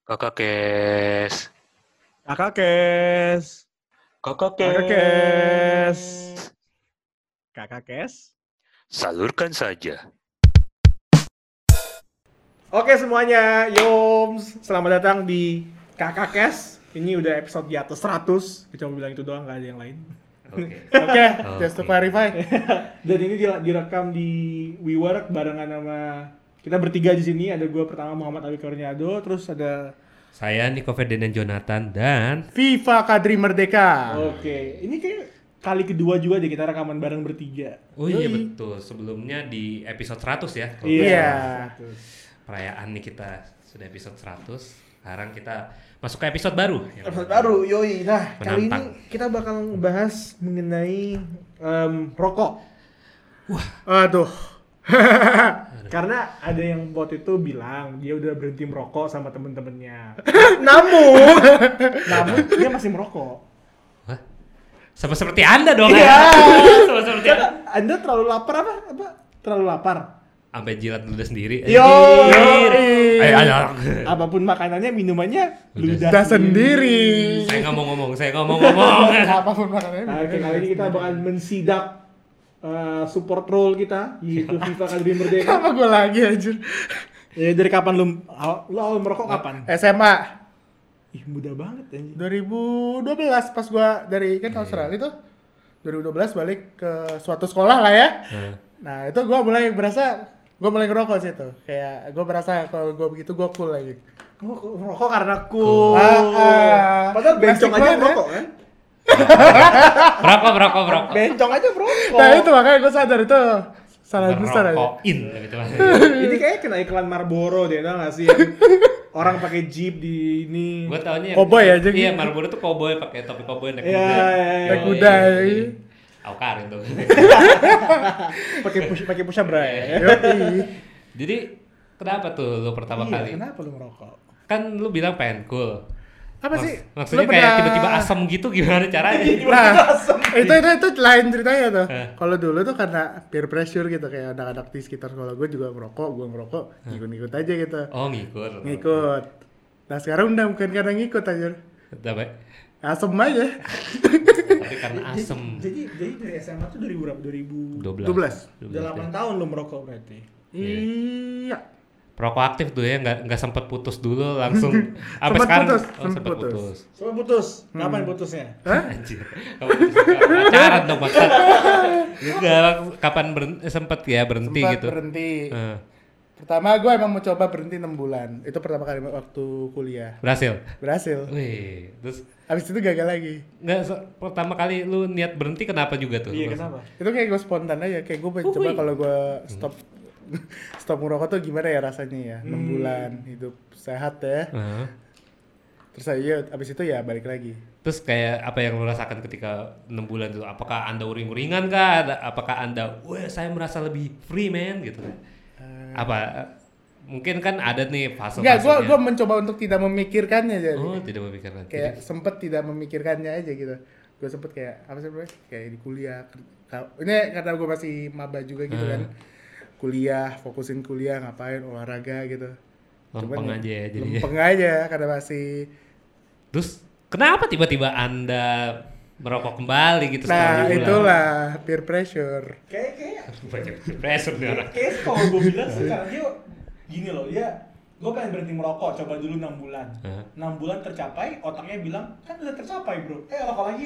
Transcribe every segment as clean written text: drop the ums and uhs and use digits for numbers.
Kakak Kes. Kakak Kes, Kakak Kakak Kes, Kes. Kakak Kes. Salurkan saja. Oke semuanya, Yoms, selamat datang di Kakak Kes. Ini udah episode di atas 100. Kita mau bilang itu doang, gak ada yang lain. Oke. Oke, just to Oke. clarify. Dan ini direkam di WeWork barengan sama kita bertiga di sini. Ada gue pertama Muhammad Ali Kurniado, terus ada Saya Niko Ferdinand Jonathan dan FIFA Kadri Merdeka. Oke, ini kayak kali kedua juga deh kita rekaman bareng bertiga. oh iya Yoi. betul, sebelumnya di episode 100 ya. Kalau Iya. perayaan nih kita sudah episode 100. Sekarang kita masuk ke episode baru. Episode baru, yoi. Nah, kali ini Menantang. kita bakal bahas mengenai rokok. Aduh. Karena ada yang waktu itu bilang dia udah berhenti merokok sama temen-temennya. Namun, Namun dia masih merokok. Hah? Sama seperti Anda dong. Iya. Sama seperti Anda. Anda terlalu lapar apa? Terlalu lapar. Sampai jilat ludah sendiri. Yo. Anjir. Ayo. Apapun makanannya, minumannya ludah udah sendiri. Saya nggak mau ngomong. Apapun makanannya. Nah, oke, kali ini kita bakal mensidak support role kita yaitu FIFA Kadri Merdeka. Apa gue lagi anjir? Ya dari kapan lu awal merokok kapan? SMA Ih, muda banget anjing. 2012 pas gue dari kan Australia itu 2012 balik ke suatu sekolah lah ya. Nah, itu gue mulai ngerokok sih tuh. Kayak gue berasa kalau gue begitu gue cool lagi. Oh, merokok karena cool. Padahal bencong Plastik aja banget, merokok kan? Berokok. Bencong aja merokok. Nah, itu makanya gue sadar itu salah besar aja. Berokokin gitu. Ini kayak kena iklan Marlboro deh, tau gak sih? Yang orang pakai jeep di ini. Gue taunya Cowboy aja Iya, gitu. Marlboro tuh cowboy pakai topi cowboy naik Iya, kuda. iya, Naik kuda, iya. Aukar itu. pakai push bray. Yoi. Jadi kenapa tuh lu pertama Iya, kali? kenapa lu merokok? Kan lu bilang pengen cool. Apa sih? Maksudnya Lu kayak pernah- tiba-tiba asam gitu gimana caranya? Nah, itu lain ceritanya tuh. Hah? Kalau dulu tuh karena peer pressure gitu, kayak anak-anak di sekitar sekolah gue juga ngerokok, ikut-ikut aja gitu. Oh ngikut. Ngikut. Nah sekarang udah bukan karena ngikut aja, Tapi asem aja. karena asem. Jadi dari SMA tuh 2000 berapa? 12. 12. Udah 8 tahun lu merokok berarti. Iya. Perokok aktif tuh ya, nggak sempet putus dulu langsung. Sampai Sempet sekarang. putus, Oh, sempet sempet putus. putus. Soalnya putus. Kapan putusnya? Hah? Anjir. Kamu putus pacaran dong maksud. Enggak, kapan sempet ya berhenti Sempat gitu. berhenti. Eh, Pertama gue emang mau coba berhenti 6 bulan. Itu pertama kali waktu kuliah. berhasil. Berhasil. Wih, terus Abis itu gagal lagi. pertama kali lu niat berhenti kenapa juga tuh? Iya, kenapa? Itu kayak gue spontan aja, kayak gue pengen coba kalau gue stop ngerokok tuh gimana ya rasanya ya, 6 bulan hidup sehat ya. Heeh. Terus aja abis itu ya balik lagi. Terus kayak apa yang lu rasakan ketika 6 bulan itu? Apakah Anda uring-uringan kah? Apakah Anda, wah saya merasa lebih free man gitu? Apa mungkin kan ada nih Enggak, fase-fasenya. gue mencoba untuk tidak memikirkannya jadi. Oh, tidak memikirkan. Kayak sempet tidak memikirkannya aja gitu. Gue sempet kayak apa sih bro? Kayak di kuliah. Ini karena gue masih maba juga gitu kan. Kuliah, fokusin kuliah, ngapain olahraga gitu. Lempeng aja ya jadinya. Lempeng aja karena masih. Terus kenapa tiba-tiba Anda merokok kembali gitu setelah Nah 7 bulan? itulah peer pressure. Kayak Banyak pressure nih orang. kayak kalau gue bilang sih karena dia gini loh, gue pengen berhenti merokok, coba dulu 6 bulan. Hah? 6 bulan tercapai, otaknya bilang, kan udah tercapai bro, rokok lagi.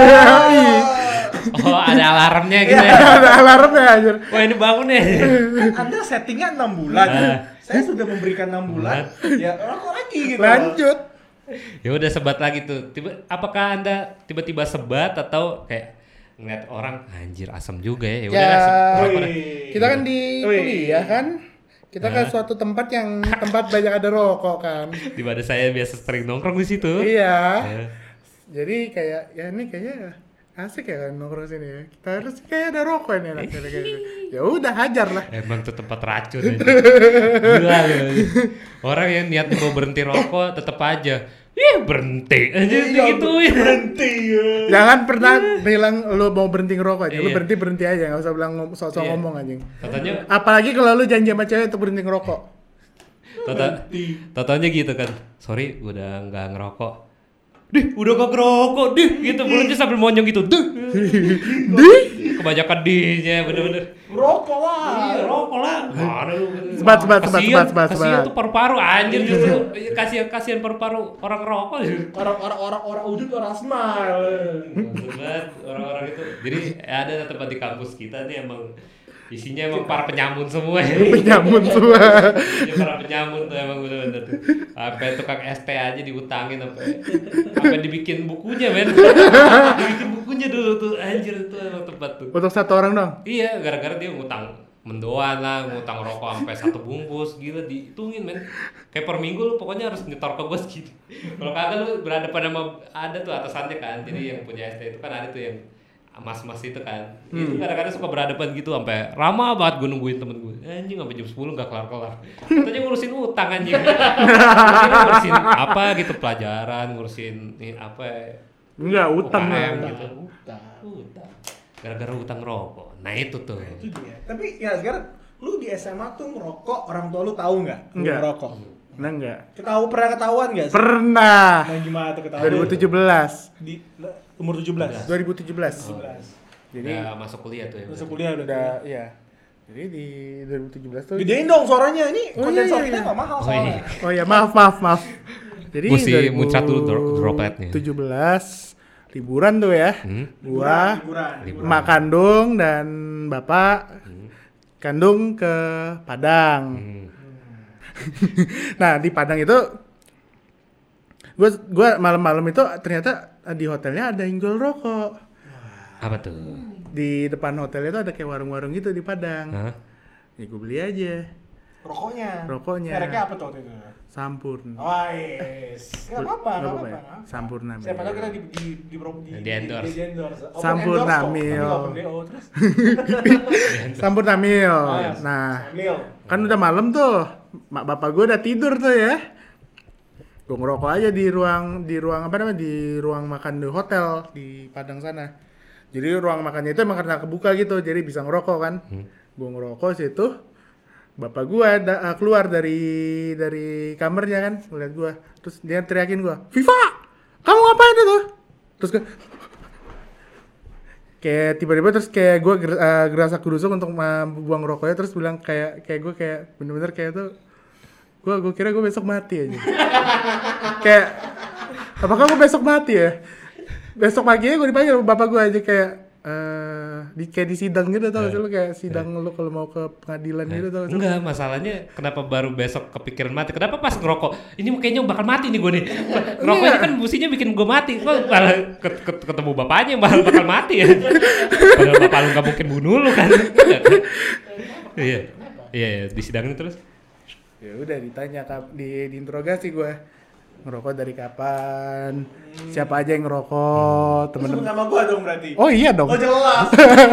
Oh, ada alarmnya gitu ya. Ada alarmnya anjir. Wah, ini bangun nih. Kan Anda settingnya 6 bulan. Saya sudah memberikan 6 bulan, ya rokok lagi gitu. Lanjut. Ya udah sebat lagi tuh. Apakah Anda tiba-tiba sebat atau kayak ngeliat orang anjir asam juga ya? Ya udah Ya, merokok dah. kita kan di Wih. kuliah kan. Kita ke suatu tempat yang tempat banyak ada rokok kan. Di mana saya biasa sering nongkrong di situ. Iya. Ya. Jadi kayak ya ini kayaknya asik ya kan nongkrong sini ya. Kita harus kayak ada rokok ini enak kayak gitu. Ya udah hajar lah. Emang tuh tempat racun aja. Gila lu. Orang yang niatnya mau berhenti rokok tetap aja. Berhenti aja digituin. Berhenti ya. Jangan pernah bilang lu mau berhenti ngerokok aja. Lu Iya. berhenti aja, enggak usah bilang sok-sok Iya. ngomong anjing. Katanya Apalagi kalau lu janji sama cewek untuk berhenti ngerokok. Totalnya gitu kan. Sorry, udah nggak ngerokok. Dih, udah gak ngerokok, dih, gitu mulutnya sambil monyong gitu, dih. Kebanyakan dihnya, bener-bener. Rokok lah. Iya, rokok lah. Mana lu? Sebat. Kasian tuh paru-paru anjir justru. Kasian paru-paru orang rokok. Orang wujud orang smile. Sebat orang-orang itu. Jadi ada tempat di kampus kita nih emang isinya emang para penyamun semua ya. Penyamun semua. Isinya para penyamun tuh emang bener-bener tuh. Sampai tukang ST aja diutangin sampai dibikin bukunya men. Dibikin bukunya dulu tuh anjir itu emang tempat tuh. Untuk satu orang dong. Iya, gara-gara dia ngutang mendoan lah, ngutang rokok sampai 1 bungkus, gila dihitungin men. Kayak per minggu lu pokoknya harus nyetor ke gua segitu. Kalau kagak lu berhadapan sama ada tuh atasannya kan. Jadi yang punya ST itu kan ada tuh yang mas-mas itu kan. Itu kadang-kadang suka berhadapan gitu sampai lama banget gue nungguin temen gue. Anjing sampai jam 10 enggak kelar-kelar. Katanya ngurusin utang anjing. Ngurusin apa gitu pelajaran, ngurusin apa Enggak, utang UKM lah. gitu. Utang. Gara-gara utang rokok. Nah itu tuh. Itu dia. Tapi ya sekarang lu di SMA tuh ngerokok, orang tua lu tahu nggak? Lu Enggak. ngerokok. Nah, enggak. Pernah ketahuan nggak sih? Pernah. Nah, gimana tuh ketahuan? 2017. Di umur 17. 2017. Jadi udah masuk kuliah tuh ya. Masuk kuliah Udah, iya. Jadi di 2017 tuh. Gedein dong suaranya ini. Oh, Kondensor iya, kita iya. nggak mahal Oh, soalnya. iya. Oh ya, maaf. Jadi Mesti muncrat dulu dropletnya. 17 liburan tuh ya. Gua, Liburan. emak kandung dan bapak kandung ke Padang. Nah, di Padang itu gua malam-malam itu ternyata di hotelnya ada yang jual rokok. Apa tuh? Di depan hotelnya itu ada kayak warung-warung gitu di Padang. Hah? Ya gue beli aja. Rokoknya. Mereknya apa tuh waktu itu? Sampurna. Oh, yes. Nggak apa-apa. ya? Sampurna. Siapa tahu kita Di endorse. di endorse. Open Sampurna endorse kok. Mil. Tapi open DO terus. Sampurna Mil. yes. Nah, Mil. kan udah malam tuh. Mak bapak gue udah tidur tuh ya. Gue ngerokok aja di ruang apa namanya, di ruang makan di hotel di Padang sana. Jadi ruang makannya itu emang karena kebuka gitu, jadi bisa ngerokok kan. Gue ngerokok situ. Bapak gue keluar dari kamarnya kan, ngeliat gue. Terus dia teriakin gue, "Viva, kamu ngapain itu?" Terus gue kayak tiba-tiba terus kayak gue gerasak gerusuk untuk buang rokoknya, terus bilang kayak gue kayak bener-bener kayak tuh gue kira gue besok mati aja. Kayak apakah gue besok mati ya? Besok paginya gue dipanggil sama bapak gue aja kayak kayak di sidang gitu tau gak sih lu, kayak sidang lu kalau mau ke pengadilan gitu tau gak sih? Enggak, masalahnya kenapa baru besok kepikiran mati? Kenapa pas ngerokok? Ini kayaknya bakal mati nih gue nih. Rokoknya kan musinya bikin gue mati. Kok malah ketemu bapaknya yang bakal mati ya? Padahal bapak lu gak mungkin bunuh lu kan. Iya, disidangin terus. Ya udah ditanya diinterogasi gue, ngerokok dari kapan, siapa aja yang ngerokok, Sebut temen-temen. nama gua dong berarti. Oh iya dong. Oh jelas.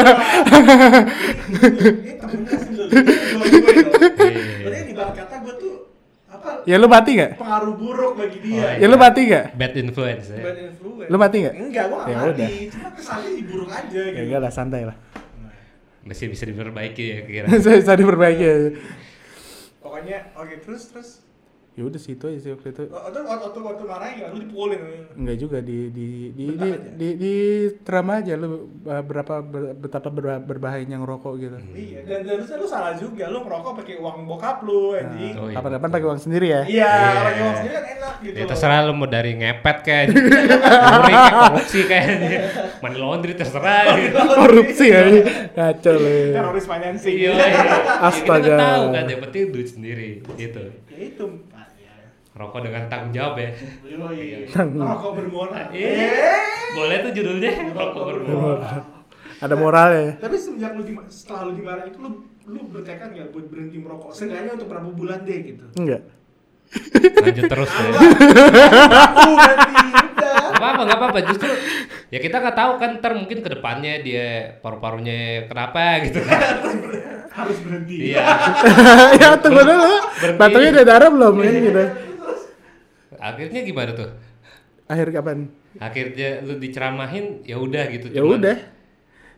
Ini temennya sih lo. Berarti di bawah kata gua tuh apa? Ya lu mati gak? Pengaruh buruk bagi dia. Ya lu mati gak? Bad influence ya. Bad influence. Lu mati gak? Enggak, gua Ya nggak udah. mati. Cuma kesannya di buruk aja Ya gitu. enggak lah, santai lah. Masih bisa diperbaiki ya kira. Bisa diperbaiki aja. Pokoknya oke terus. Ya udah situ aja sih waktu itu. Waktu marahin nggak? Lu dipukulin. Enggak juga di drama aja lu betapa berbahayanya ngerokok gitu. Iya, dan terusnya lu salah juga. Lu ngerokok pakai uang bokap lu, anjing. Oh, iya. Kapan-kapan pakai uang sendiri ya? Iya, pakai uang sendiri kan enak gitu. Ya terserah lu mau dari ngepet kayak nyuri kayak korupsi kayak money laundry terserah. Korupsi ya. Kacau lu. Teroris financing. Iya. Astaga. Kita tahu kan yang penting duit sendiri gitu. Ya itu. Rokok dengan tanggung jawab ya. Yoi. Rokok bermoral. Boleh tuh judulnya rokok bermoral. Ada moralnya. Tapi semenjak setelah lu dimarahin itu lu bertekad nggak buat berhenti merokok? Seenggaknya untuk berapa bulan deh gitu. Enggak. Lanjut terus ya. Aku berarti udah. Nggak apa-apa. Justru ya kita nggak tahu kan ntar mungkin kedepannya dia paru-parunya kenapa gitu kan. Harus berhenti. Iya. Ya tunggu dulu. Batangnya udah darah belum ini gitu. Akhirnya gimana tuh? Akhir kapan? Akhirnya lu diceramahin ya udah gitu. Ya udah.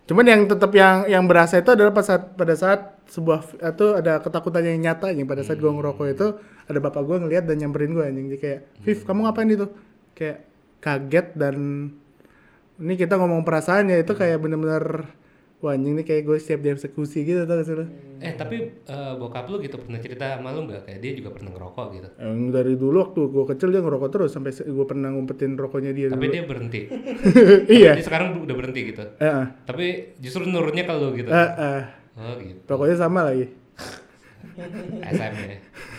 Cuman yang tetap yang berasa itu adalah pada saat sebuah itu ada ketakutan yang nyata anjing. Pada saat gua ngerokok itu ada bapak gua ngelihat dan nyamperin gua anjing. Dia kayak, "Viv, kamu ngapain itu?" Kayak kaget dan ini kita ngomong perasaan ya itu kayak bener-bener wah anjing nih kayak gue siap dieksekusi gitu tau gak sih lo? Tapi bokap lu gitu pernah cerita sama lu nggak kayak dia juga pernah ngerokok gitu? Dari dulu waktu gue kecil dia ngerokok terus sampai gue pernah ngumpetin rokoknya dia. Tapi dulu. dia berhenti. Iya. Dia sekarang udah berhenti gitu. Tapi justru nurunnya ke lu gitu. Oh gitu. Pokoknya sama lagi. SM ya.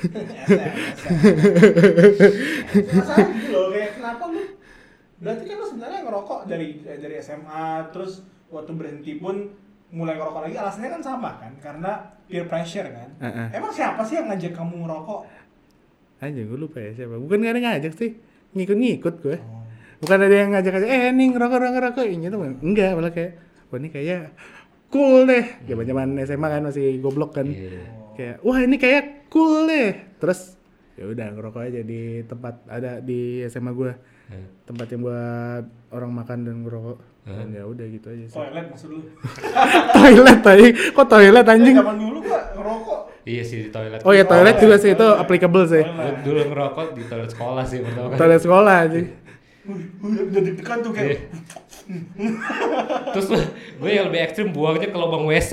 Masalah gitu loh, kayak kenapa lu? Berarti kan lu sebenarnya ngerokok dari SMA, terus waktu berhenti pun mulai ngerokok lagi, alasannya kan sama kan? Karena peer pressure kan? Emang siapa sih yang ngajak kamu ngerokok? Anjing gue lupa ya siapa. Bukan gak ada yang ngajak sih, ngikut gue. Bukan ada yang ngajak nih ngerokok ini tuh enggak, malah kayak wah ini kayak cool deh. Zaman SMA kan masih goblok kan. Kayak wah ini kayak cool deh. Terus ya udah ngerokok aja di tempat ada di SMA gue. Tempat yang buat orang makan dan ngerokok. Dan ya udah gitu aja sih. Toilet maksud lu? Toilet tadi. Kok toilet anjing? Zaman dulu gua ngerokok. Iya sih di toilet. Oh ya toilet juga sih itu applicable sih. Gue dulu ngerokok di toilet sekolah sih pertama kali. Toilet sekolah anjing. Udah deg-degan tuh kayak. Terus gue yang lebih ekstrim buangnya ke lubang WC.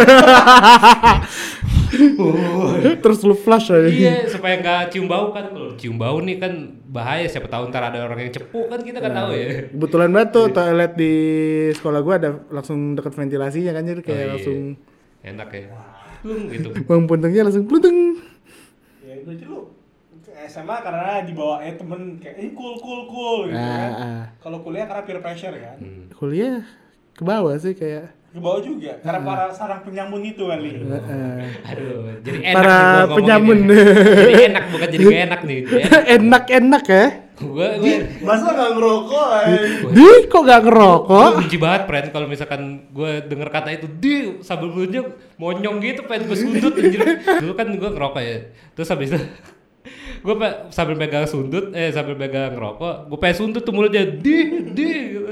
Terus lu flush aja. Iya, supaya nggak cium bau kan. Kalau cium bau nih kan bahaya, siapa tahu ntar ada orang yang cepu kan kita kan tahu ya. Kebetulan banget tuh toilet di sekolah gua ada langsung dekat ventilasinya kan jadi kayak langsung enak ya. Gitu. bang puntungnya langsung pluteng. Ya itu lu SMA karena dibawa temen kayak ini cool gitu kan. Kalau kuliah karena peer pressure kan. Kuliah ke bawah sih kayak Ke bawah juga karena para sarang penyamun itu kali. Aduh, jadi enak para nih gua ngomongin penyamun. ya. Jadi enak bukan jadi gak enak nih. Enak-enak ya. Gue Masa nggak ngerokok? Di kok gak ngerokok? benci banget friend kalau misalkan gue denger kata itu di sambil mulutnya monyong gitu pengen gue sundut anjir. Dulu kan gue ngerokok ya. Terus habis itu gue sambil megang ngerokok, gue pengen sundut tuh mulutnya di gitu.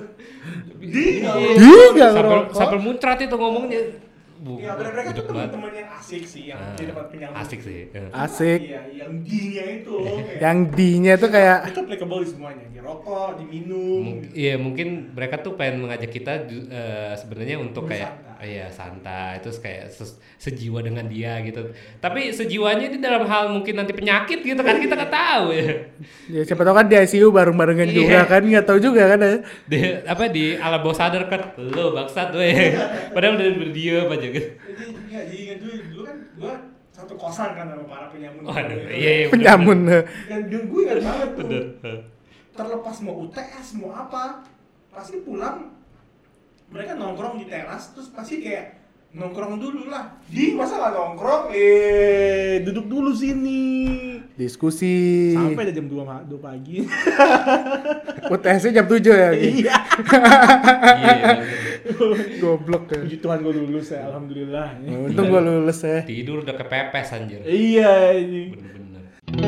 Sambil muncrat itu ngomongnya. Ya mereka tuh teman-teman yang asik sih, yang di tempat penyamun. Asik sih. Asik. Iya, yang D-nya itu loh. Yang D-nya tuh kayak Itu applicable di semuanya, di rokok, diminum. Iya mungkin mereka tuh pengen mengajak kita sebenarnya untuk kayak santai terus kayak sejiwa dengan dia gitu. Tapi sejiwanya ini dalam hal mungkin nanti penyakit gitu kan kita nggak tahu ya. ya siapa tahu kan di ICU bareng-barengan juga kan nggak tahu juga kan ya. Di alam bawah sadar kan lo bangsat weh. Padahal udah berdiam aja gitu. Jadi ingat dulu kan gua satu kosan kan sama para penyamun. Waduh, iya. Penyamun. Dan gue ingat banget tuh. Terlepas mau UTS mau apa, pasti pulang mereka nongkrong di teras terus pasti kayak nongkrong dulu lah. Masa nggak nongkrong? Duduk dulu sini. Diskusi. Sampai jam 2 pagi. UTS-nya jam 7 ya. Iya. Goblok ya. Puji Tuhan gue lulus ya, alhamdulillah. Untung gua lulus ya. Tidur udah kepepes anjir. Iya ini. Bener-bener.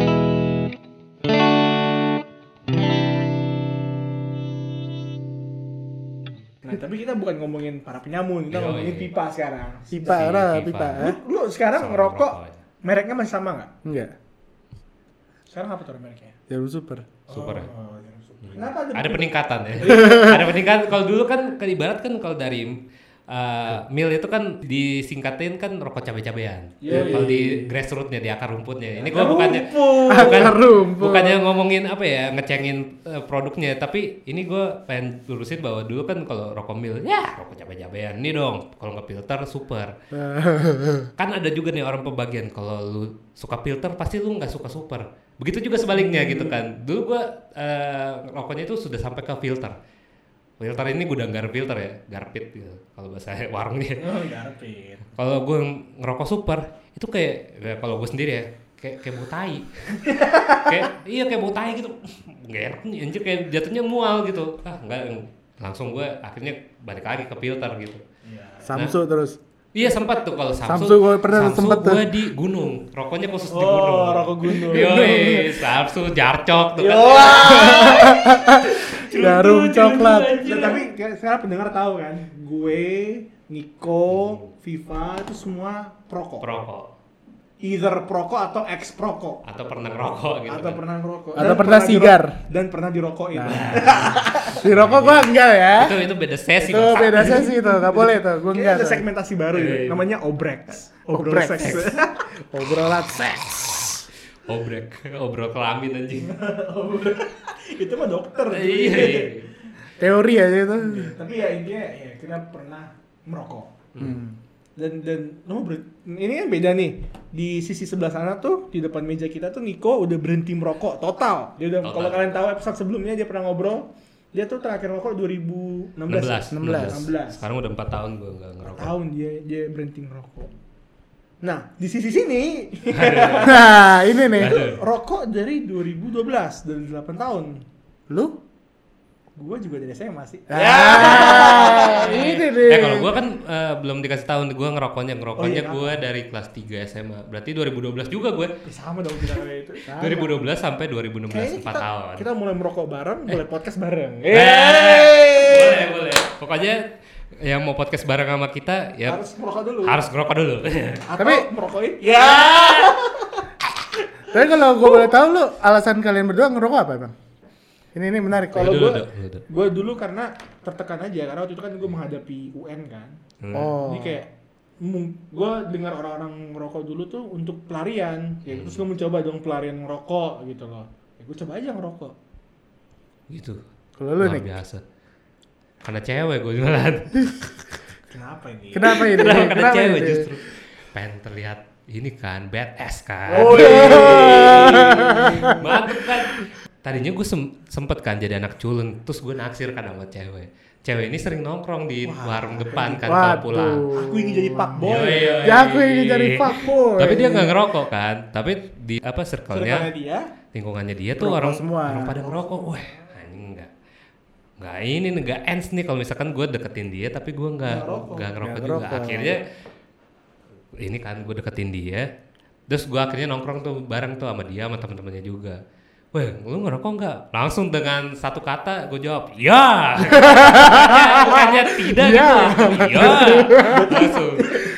Nah, tapi kita bukan ngomongin para penyamun, kita ngomongin pipa sekarang. Pipa. Lu sekarang Sama ngerokok, ngerokok aja. mereknya masih sama nggak? Enggak. Sekarang apa tuh mereknya? Jarum super. Super ya. Jarum Super. Kenapa Ada peningkatan ya. Ada peningkatan. Kalau dulu kan ibarat kan kalau dari mil itu kan disingkatin kan rokok cabe-cabean. Kalau di grassrootsnya di akar rumputnya. Ini gua bukannya ngomongin apa ya ngecengin produknya, tapi ini gua pengen lurusin bahwa dulu kan kalau rokok mil ya rokok cabe-cabean. Ini dong kalau nggak filter super. Kan ada juga nih orang pembagian kalau lu suka filter pasti lu nggak suka super. Begitu juga sebaliknya gitu kan. Dulu gua rokoknya itu sudah sampai ke filter. Filter ini gudang garpilter ya, garpit gitu kalau bahasa warungnya. Oh, garpit. Kalau gue ngerokok super, itu kayak kalau gue sendiri ya, kayak bau tai. kayak bau tai gitu. Enggak enak nih anjir, kayak jatuhnya mual gitu. Enggak, langsung gue akhirnya balik lagi ke filter gitu. Samsu terus. Iya sempat tuh kalau Samsu gue pernah sempet tuh. Gue di gunung, rokoknya khusus di gunung. Oh, rokok gunung. Yoi, Samsu jarcok tuh kan. Jarum coklat. Nah, tapi sekarang pendengar tahu kan, gue, Niko, Viva itu semua perokok. Perokok. Either perokok atau ex perokok. Atau pernah ngerokok gitu. Atau pernah ngerokok. Atau pernah sigar. Dan pernah dirokokin. Di rokok gua enggak ya. Itu beda sesi. Itu beda sesi tuh, enggak boleh tuh. Gua Kayaknya enggak. ada tuh. segmentasi baru Iya, gitu. iya. Namanya Obrex. Obrol Obrek. seks. Obrolan seks. Obrol kelamin anjing. Itu mah dokter. Iya. Teori aja itu. Tapi ya intinya ya kita pernah merokok. Dan ini kan beda nih. Di sisi sebelah sana tuh di depan meja kita tuh Niko udah berhenti merokok total. Dia udah Total. kalau kalian tahu episode sebelumnya dia pernah ngobrol. Dia tuh terakhir merokok 2016. 16. Sekarang udah 4 tahun gue nggak ngerokok. Tahun dia berhenti merokok. Nah, di sisi sini Nah, ini nih. rokok dari 2012, dari 8 tahun. Lu? Gua juga dari SMA sih. Ini nih. Kalau gue kan belum dikasih tahu gue ngerokoknya Oh, iya, gue dari kelas 3 SMA. Berarti 2012 juga gue. Ya, sama dong kita kayak itu. 2012 sampai 2016 Kayaknya 4 tahun. kita mulai merokok bareng, mulai podcast bareng. Boleh. Pokoknya yang mau podcast bareng sama kita ya Harus merokok dulu. harus ngerokok dulu. Atau Tapi- merokokin? Ya. Tapi kalau gue boleh tahu lu alasan kalian berdua ngerokok apa, Bang? Ini menarik. Kalau Dulu, gua, dulu. gua dulu karena tertekan aja karena waktu itu kan gua menghadapi UN kan. Oh. Jadi kayak gua dengar orang-orang ngerokok dulu tuh untuk pelarian. Ya terus gua mencoba dong pelarian ngerokok gitu loh. Ya gua coba aja ngerokok. Gitu. Kalau lu Luar nih. biasa. Karena cewek gue jualan. Kenapa ini? Kenapa ini? Karena cewek ini? justru. Pengen terlihat ini kan badass kan. Oh iya. Mantep kan. Tadinya gue sempet kan jadi anak culun, terus gue naksir kan sama cewek. Cewek ini sering nongkrong di warung depan kan kalau Waduh. pulang. Aku ingin jadi fuckboy. Yoi. Ya aku ingin jadi fuckboy. Tapi dia nggak ngerokok kan. Tapi di apa circle-nya, Circle-nya dia. lingkungannya dia tuh Ngerokok orang semua. orang pada ngerokok. Wah, anjing nggak ini nggak ends nih kalau misalkan gue deketin dia tapi gue nggak ngerokok Nggak juga. ngerokok. Akhirnya ini kan gue deketin dia. Terus gue akhirnya nongkrong tuh bareng tuh sama dia sama teman-temannya juga. Weh, lu ngerokok nggak? Langsung dengan satu kata gue jawab, ya. Bukannya tidak gitu. Ya. Langsung.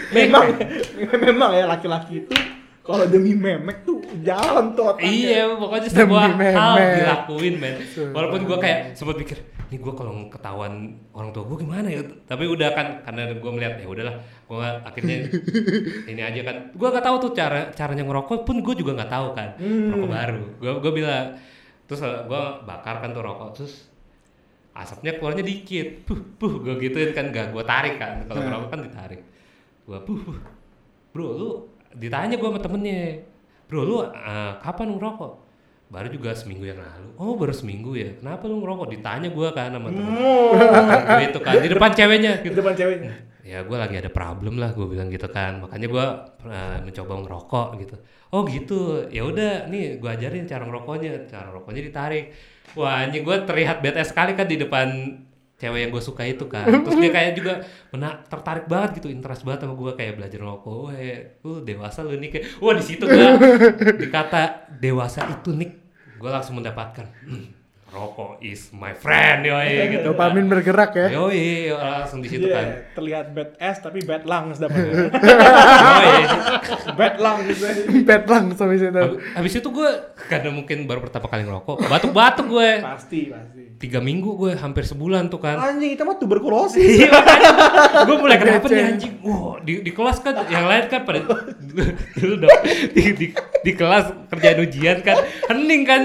Memang ya laki-laki itu kalau demi memek tuh jalan tuh otaknya. Iya, pokoknya Demi sebuah hal memek. dilakuin, men. Walaupun gue kayak sempat pikir, nih gue kalau ketahuan orang tua gue gimana ya? Tapi udah kan, karena gue melihat ya udahlah, gue akhirnya ini aja kan. Gue nggak tahu tuh caranya ngerokok pun gue juga nggak tahu kan. Rokok baru. Gue bilang, terus gue bakar kan tuh rokok, terus asapnya keluarnya dikit, gue gituin kan, gak gue tarik kan. Kalau ngerokok kan ditarik. Gue bro lu ditanya gue sama temennya, bro lu kapan ngerokok? Baru juga seminggu yang lalu. Oh baru seminggu ya, kenapa lu ngerokok? Ditanya gue kan sama temen gue itu kan, di depan ceweknya Di gitu. depan ceweknya. Ya gue lagi ada problem lah, gue bilang gitu kan, makanya gue mencoba ngerokok gitu. Oh gitu, ya udah nih gue ajarin cara ngerokoknya ditarik. Wah anjing, gue terlihat badass sekali kan di depan cewek yang gue suka itu kan. Terus dia kayak juga tertarik banget gitu, interest banget sama gue, kayak belajar ngerokok. Weh, lu dewasa lu nih kayak. Wah di situ gue dikata dewasa itu nih, gue langsung mendapatkan rokok is my friend yoi gitu. Dopamin bergerak ya. Yoi, langsung di situ Iya, kan. terlihat bad ass tapi bad lungs dapatnya. Yoi. Bad lungs gitu. Pet langsung habis itu. Habis itu gue karena mungkin baru pertama kali ngerokok, batuk-batuk gue. Pasti. 3 minggu gue, hampir sebulan tuh kan. Anjing itu mah tuberkulosis. Iya makanya gue mulai kenapa nih anjing. Wah di kelas kan yang lain kan pada dulu dong di kelas kerjaan ujian kan hening kan.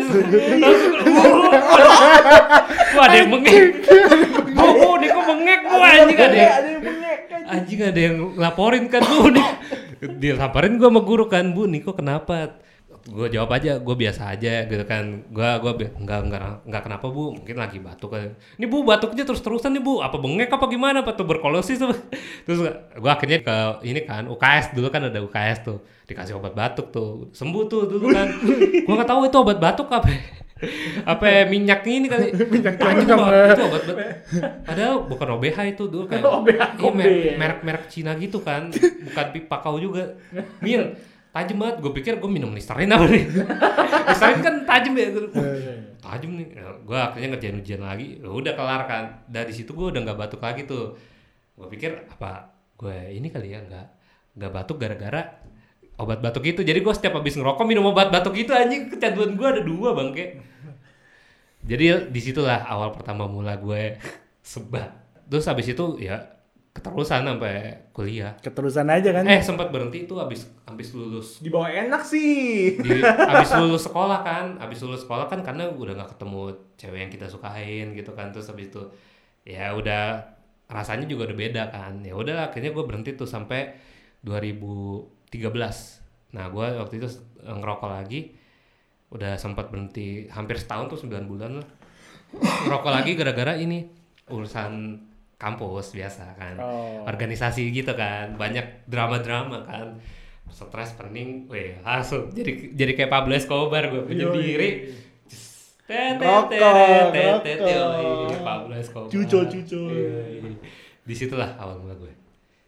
Wah ada yang bengek. Oh Niko bengek gua anjing ada yang bengek. anjing ada yang laporin kan bu nih. Dilaporin gua sama guru kan, Bu Niko kenapa? Gue jawab aja, gue biasa aja gitu kan. Gue nggak kenapa bu, mungkin lagi batuk kan. Ini bu batuknya terus-terusan nih bu, apa bengek apa gimana, apa tuberkulosis apa? Terus gue akhirnya ke ini kan UKS, dulu kan ada UKS tuh, dikasih obat batuk tuh, sembuh tuh dulu kan. Gue nggak tahu itu obat batuk apa minyak ini kali. Minyak Anjing, cangkang. itu obat batuk. Padahal bukan OBH itu dulu kayak OBH, iya, merek Cina gitu kan, bukan pipa kau juga. Min tajam banget. Gue pikir gue minum Listerine apa nih. Listerine kan tajam ya. Tajam nih. Gue akhirnya ngerjain ujian lagi. Udah kelar kan. Dari situ gue udah nggak batuk lagi tuh. Gue pikir apa gue ini kali ya nggak batuk gara-gara obat batuk itu. Jadi gue setiap habis ngerokok minum obat batuk itu, anjing kecanduan gue ada 2 bangke. Jadi disitulah awal pertama mula gue sebat. Terus habis itu ya keterusan sampai kuliah. Keterusan aja kan? Sempat berhenti itu habis lulus. Di bawah enak sih. Habis lulus sekolah kan karena udah nggak ketemu cewek yang kita sukain gitu kan. Terus habis itu ya udah rasanya juga udah beda kan. Ya udah akhirnya gue berhenti tuh sampai 2013. Nah gue waktu itu ngerokok lagi, udah sempat berhenti hampir setahun tuh 9 bulan lah. Ngerokok lagi gara-gara ini urusan kampus biasa kan, organisasi gitu kan, banyak drama-drama kan, stres pening, langsung jadi kayak Pablo Escobar gue punya diri. Pablo Escobar. Cuco. Disitulah awal mula gue.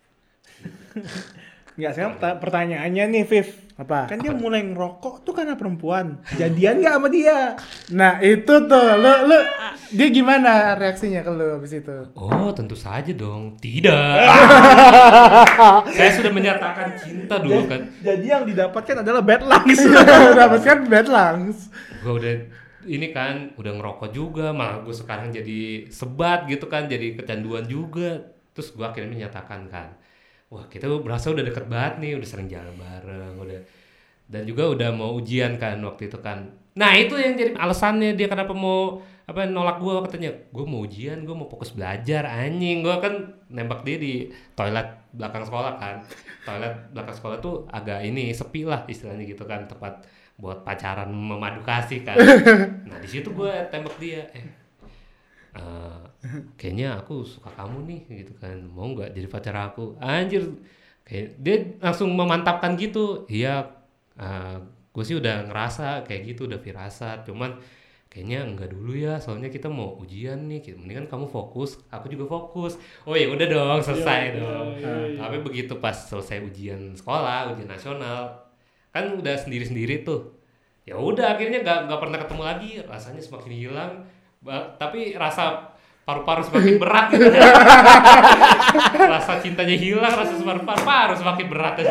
Enggak, sekarang pertanyaannya nih, Viv. Apa? Kan dia mulai ngerokok tuh karena perempuan. Jadian nggak sama dia? Nah itu tuh, lu dia gimana reaksinya ke lu abis itu? Oh tentu saja dong, tidak. Saya sudah menyatakan cinta dulu kan. Jadi yang didapatkan adalah bad lungs. Dapatkan bad lungs. Gue udah ini kan, udah ngerokok juga, malah gue sekarang jadi sebat gitu kan, jadi kecanduan juga. Terus gue akhirnya menyatakan kan, wah kita berasa udah deket banget nih, udah sering jalan bareng, dan juga udah mau ujian kan waktu itu kan. Nah itu yang jadi alasannya dia kenapa mau nolak gue, katanya gue mau ujian, gue mau fokus belajar. Anjing, gue kan nembak dia di toilet belakang sekolah kan. Toilet belakang sekolah tuh agak ini sepi lah istilahnya gitu kan, tempat buat pacaran memadu kasih kan. Nah di situ gue tembak dia, kayaknya aku suka kamu nih gitu kan, mau nggak jadi pacar aku? Anjir, kayak dia langsung memantapkan gitu. Iya, gue sih udah ngerasa kayak gitu, udah firasat, cuman kayaknya enggak dulu ya, soalnya kita mau ujian nih, mendingan kamu fokus, aku juga fokus. Oh ya udah dong, selesai dong. Tapi begitu pas selesai ujian sekolah, ujian nasional, kan udah sendiri-sendiri tuh. Ya udah akhirnya nggak pernah ketemu lagi, rasanya semakin hilang. Tapi rasa paru-paru semakin berat gitu. Rasa cintanya hilang, rasa paru-paru semakin berat aja.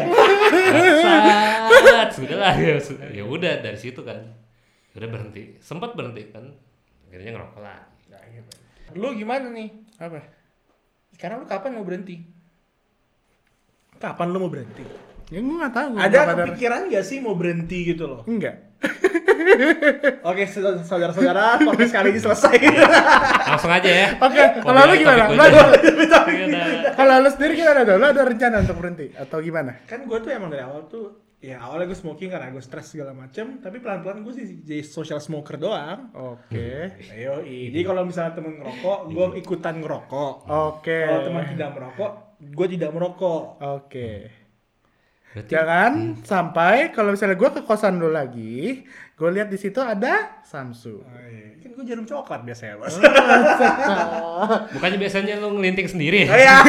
Sudahlah ya udah dari situ kan. Udah berhenti. Sempat berhenti kan. Akhirnya ngerokok lagi. Nah, gitu. Lu gimana nih? Apa? Sekarang lu kapan mau berhenti? Kapan lu mau berhenti? Ya gue nggak tahu. Ada kepikiran nggak sih mau berhenti gitu loh? Enggak. Oke, saudara-saudara, podcast kali ini selesai. Langsung aja ya. Oke, kalau lu gimana? Kalau lu sendiri gimana tuh? Lu ada rencana untuk berhenti atau gimana? Kan gue tuh emang dari awal tuh, ya awalnya gue smoking karena gue stres segala macem, tapi pelan-pelan gue sih jadi social smoker doang. Oke. Ayo, jadi kalau misalnya temen ngerokok, gue ikutan ngerokok. Oke. Kalau teman tidak merokok, gue tidak merokok. Oke. Berarti, Jangan sampai kalau misalnya gue ke kosan lu lagi, gue lihat di situ ada Samsu. Oh, iya. Kan gue jarum coklat biasanya, Bos. bukannya biasanya lu ngelinting sendiri ya? Iya.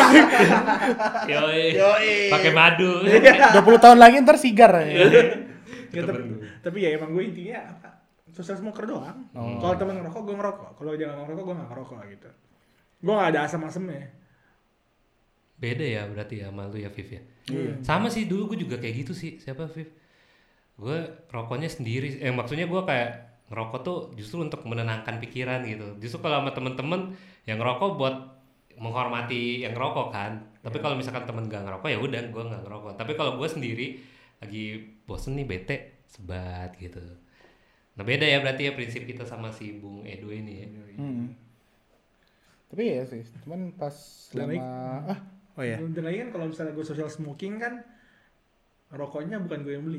Yoi. Pakai madu. 20 tahun lagi ntar sigar ya. Ya, tapi ya emang gue intinya apa? Social smoker doang. Kalau temen ngerokok, gue ngerokok. Kalau dia nggak ngerokok, gue nggak ngerokok gitu. Gue nggak ada asam-asamnya. Beda ya berarti ya sama lu ya Viv ya. Sama sih, dulu gue juga kayak gitu sih. Siapa Viv? Gue rokoknya sendiri. Maksudnya gue kayak ngerokok tuh justru untuk menenangkan pikiran gitu. Justru kalau sama temen-temen yang ngerokok buat menghormati yang ngerokok kan. Tapi kalau misalkan temen gak ngerokok ya udah gue gak ngerokok. Tapi kalau gue sendiri lagi bosen nih, bete, sebat gitu. Nah beda ya berarti ya prinsip kita sama si Bung Edo ini ya. Tapi ya sih, cuman pas lama Oh iya. Dan lagi kan kalau misalnya gue social smoking kan rokoknya bukan gue yang beli.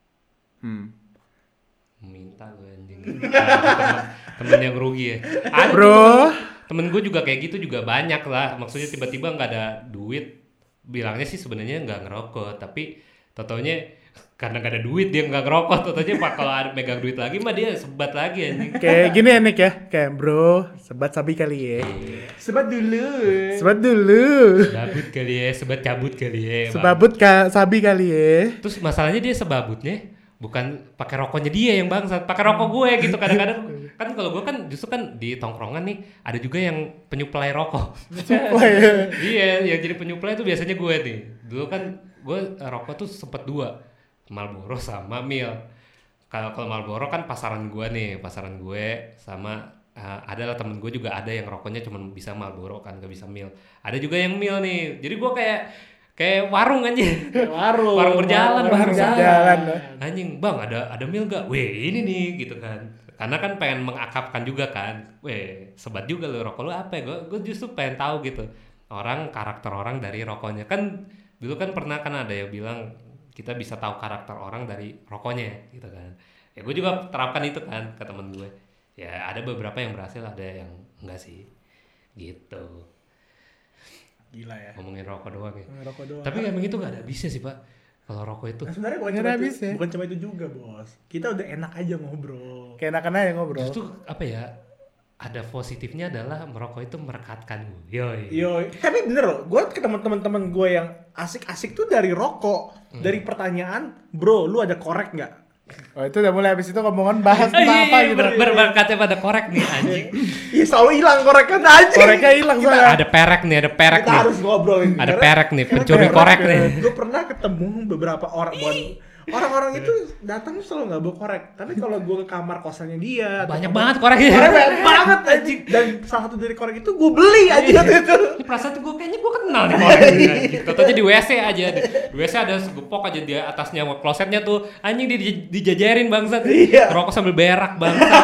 Minta gue anjing. Temen yang rugi ya. Ada bro. Temen gue juga kayak gitu juga banyak lah. Maksudnya tiba-tiba nggak ada duit. Bilangnya sih sebenarnya nggak ngerokok, tapi taunya karena gak ada duit dia nggak ngerokok. Tentunya Pak kalau ada megang duit lagi mah dia sebat lagi anjing. Kayak gini ya Nick ya, kayak bro, sebat sabi kali ya. Sebat dulu. Sebat dulu. Sebabut kali ya, sebat cabut kali ya. Bang. Sebabut sabi kali ya. Terus masalahnya dia sebabutnya bukan pakai rokoknya dia yang bangsat, pakai rokok gue gitu kadang-kadang. Kan kalau gue kan justru kan di tongkrongan nih ada juga yang penyuplai rokok. Iya, yang jadi penyuplai itu biasanya gue nih. Dulu kan gue rokok tuh sempet 2, Marlboro sama Mil. Kalau Marlboro kan pasaran gue sama adalah temen gue juga ada yang rokoknya cuma bisa Marlboro kan, gak bisa Mil. Ada juga yang Mil nih. Jadi gue kayak warung aja. Warung berjalan. Anjing, Bang, ada Mil gak? Weh, ini nih gitu kan. Karena kan pengen mengakapkan juga kan. Weh, sebat juga lo rokok lo apa ya? Gue justru pengen tahu gitu. Karakter orang dari rokoknya. Kan dulu kan pernah kan ada yang bilang kita bisa tahu karakter orang dari rokoknya gitu kan. Ya gue juga terapkan itu kan ke temen gue. Ya ada beberapa yang berhasil, ada yang enggak sih. Gitu. Gila ya. Ngomongin rokok doang ya. Rokok doang. Tapi emang itu gak ada habisnya sih Pak. Kalau rokok itu. Nah, sebenarnya bukan cuma itu juga, Bos. Kita udah enak aja ngobrol. Kayak enakan aja ngobrol. Justru apa ya? Ada positifnya adalah merokok itu merekatkan. Yoi. Tapi bener loh, gue ketemu teman-teman gue yang asik-asik tuh dari rokok. Dari pertanyaan, bro, lu ada korek nggak? Oh itu udah mulai habis itu ngomongan bahas apa gitu. Berkatnya pada korek nih anjing. Iya selalu hilang koreknya anjing. Koreknya hilang soalnya. Ada perek nih. Kita harus ngobrolin. Ada perek nih, pencuri korek nih. Gue pernah ketemu beberapa orang-orang itu datang selalu nggak bawa korek. Tapi kalau gue ke kamar kosannya dia, banyak banget koreknya. Korek banyak banget anjing. Dan salah satu dari korek itu gue beli aja itu. Ini perasaan tuh kayaknya gue kenal nih korek. Contohnya di WC aja. Di WC ada segepok aja di atasnya klosetnya tuh anjing dijajarin bangsat. Iya. Rokok sambil berak bangsat.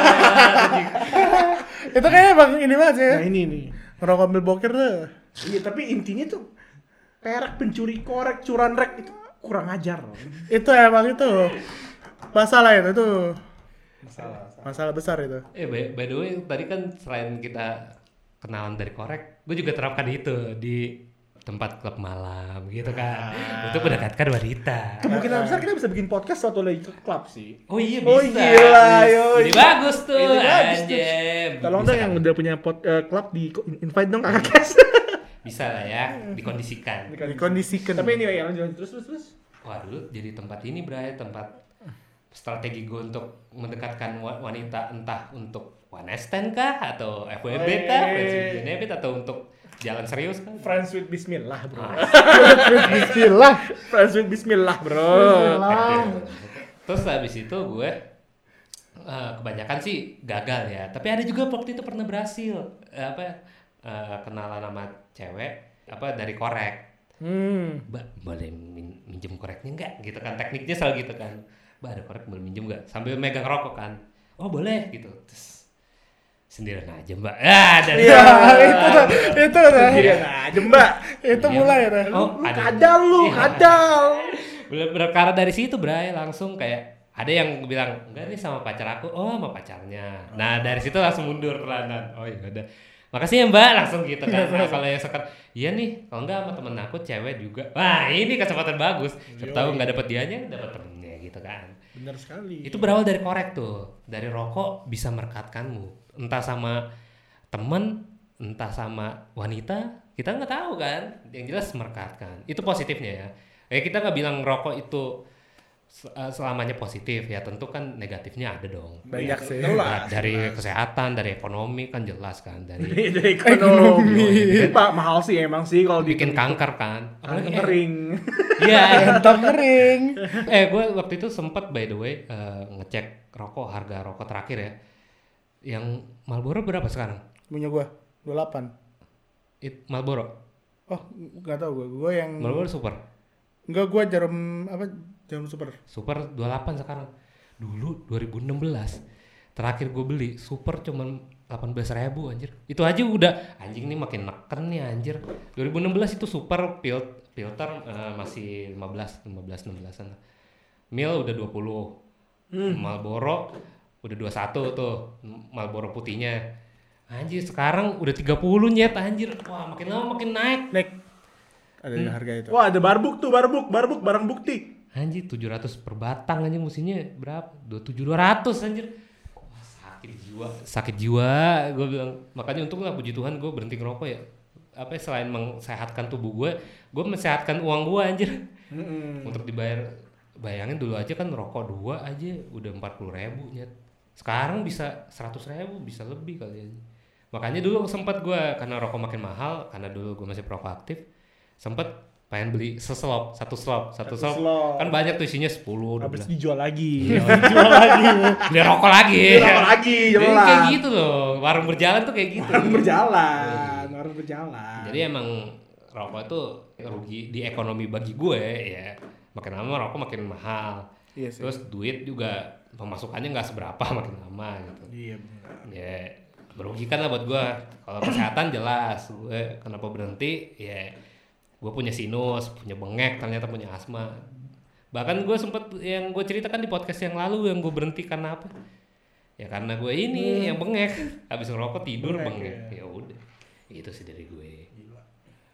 Itu kayaknya bang ini banget sih. Nah ini nih. Ngerokok ambil boker tuh. Iya tapi intinya tuh perak pencuri korek curan rek itu kurang ajar. Itu emang itu masalah itu masalah besar itu. By the way tadi kan selain kita kenalan dari korek, gue juga terapkan itu di tempat klub malam gitu kan. Untuk mendekatkan wanita. Kemungkinan besar kita bisa bikin podcast suatu lagi ke klub sih. Oh iya Oh bisa. gila, Ini bagus tuh. Ini bagus tuh. Anjem. Tolong Bisa dong yang kan? udah punya klub di invite dong kakak kes. Bisa lah ya, dikondisikan. Dikondisikan. Tapi ini ya lanjut terus. Wah dulu jadi tempat ini Bray, tempat strategi gue untuk mendekatkan wanita entah untuk one night stand kah atau FWB kah, friends with benefit atau untuk jalan serius kan? Friends with Bismillah bro. Bismillah. Friends with Bismillah bro. Terus habis itu gue kebanyakan sih gagal ya. Tapi ada juga waktu itu pernah berhasil kenalan sama cewek dari korek. Mbak boleh minjem koreknya enggak gitu kan, tekniknya selalu gitu kan. Mbak ada korek boleh minjem enggak, sambil megang rokok kan. Oh boleh gitu. Terus sendirian aja Mbak. Dari itu Sendirian aja Mbak. Itu mulai ya. Oh, Kadal. Berkara dari situ Bray, langsung kayak ada yang bilang enggak nih sama pacar aku. Oh sama pacarnya. Nah dari situ langsung mundur pelanan. Oh iya udah. Makasih ya Mbak, langsung gitu kan. Nah, kalau yang sekarang, iya nih, kalau enggak sama temen aku cewek juga. Wah ini kesempatan bagus. Siapa tahu nggak dapet dianya, dapet temennya gitu kan. Bener sekali. Itu berawal dari korek tuh. Dari rokok bisa merekatkanmu. Entah sama temen, entah sama wanita, kita nggak tahu kan. Yang jelas merekatkan. Itu positifnya ya. Kita nggak bilang rokok itu selamanya positif ya, tentu kan negatifnya ada dong. Banyak sih. Dari kesehatan, dari ekonomi kan jelas kan, dari ekonomi. Pak mahal sih emang sih kalau bikin kanker kan. Apalagi kering. Iya, Kantong kering. Gue waktu itu sempat by the way ngecek harga rokok terakhir ya. Yang Marlboro berapa sekarang? Punya gua 28. Marlboro. Oh, enggak tahu gua yang Marlboro Super. Enggak, gua jarum Super. Super 28 sekarang. Dulu 2016. Terakhir gue beli Super cuman 18.000 anjir. Itu aja udah anjing nih makin neken nih anjir. 2016 itu Super filter masih 16-an. Mil udah 20. Marlboro udah 21 tuh. Marlboro putihnya. Anjir sekarang udah 30 nyet anjir. Wah, makin lama makin naik. Ada harga itu. Wah, ada barbuk tuh, barbuk barang bukti. Anjir 700 per batang anjir, musinya berapa? 200 anjir. Wah, sakit jiwa gue bilang. Makanya untung lah, puji Tuhan gue berhenti ngerokok ya. Apa selain mensehatkan tubuh gue mensehatkan uang gue anjir. Untuk dibayar. Bayangin dulu aja kan rokok 2 aja udah 40.000 nyet. Sekarang bisa 100.000, bisa lebih kali aja. Makanya dulu sempat gue, karena rokok makin mahal, karena dulu gue masih perokok aktif, sempat pengen beli satu slop kan banyak tuh isinya 10, 12. Habis dijual lagi. Beli rokok lagi. jelas. Kayak gitu loh, warung berjalan tuh kayak gitu. Warung berjalan. Jadi emang rokok itu rugi di ekonomi bagi gue ya. Makin lama rokok makin mahal. Iya sih. Terus duit juga pemasukannya nggak seberapa makin lama gitu. Iya benar. Ya merugikan lah buat gue. Kalau kesehatan jelas, gue kenapa berhenti ya. Gue punya sinus, punya bengek, ternyata punya asma. Bahkan gue sempet yang gue ceritakan di podcast yang lalu yang gue berhenti karena apa? Ya karena gue ini yang bengek. Habis ngerokok tidur bengek. Ya udah. Itu sih dari gue. Gila.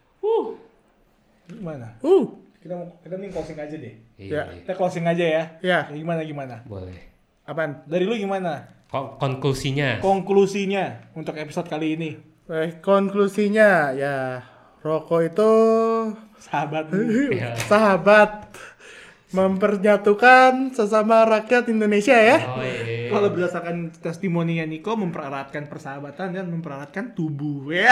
Gimana? Kita nih closing aja deh. Iya. Kita closing aja ya. Ya. Gimana? Boleh. Apaan? Dari lu gimana? Konklusinya Untuk episode kali ini. Konklusinya ya, rokok itu Sahabat. sahabat, mempernyatukan sesama rakyat Indonesia ya. Oh iya. Kalau berdasarkan testimoninya Niko, mempereratkan persahabatan dan mempereratkan tubuh ya.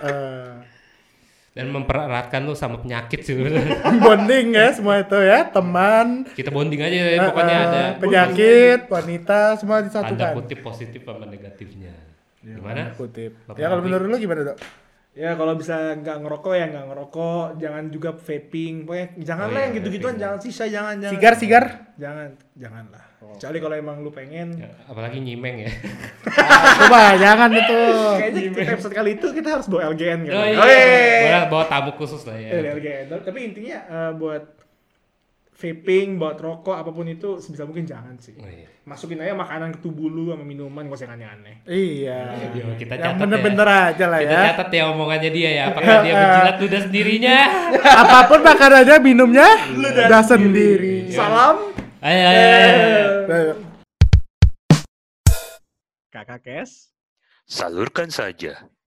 Dan mempereratkan lu sama penyakit sih sebenarnya. Bonding ya semua itu ya, teman, Kita bonding aja ya, pokoknya ada penyakit, wanita, semua tanda disatukan. kutip positif sama negatifnya. Gimana? Kutip. Bapak Ya kalau Nabi. menurut lu gimana, Dok? Ya kalau bisa nggak ngerokok ya nggak ngerokok, jangan juga vaping, pokoknya jangan Oh lah iya, yang gitu-gituan, vaping. jangan sisa, jangan. Sigar. Janganlah. Kecuali kalau emang lu pengen. Ya, apalagi nyimeng ya. Coba jangan itu. Kayaknya kita episode kali itu kita harus bawa LGN kan. Oh iya. Boleh bawa tamu khusus lah ya. LGN. Tapi intinya buat vaping, buat rokok apapun itu sebisa mungkin jangan sih. Oh, iya. Masukin aja makanan ke tubuh lu sama minuman, gak usah yang aneh-aneh. Iya. Kita Yang catat bener-bener aja lah Kita ya. catat ya omongannya dia ya. Apakah dia menjilat ludah sendirinya? Apapun makanannya, minumnya udah sendiri. Salam Ayo. Kakak Kes. Salurkan saja.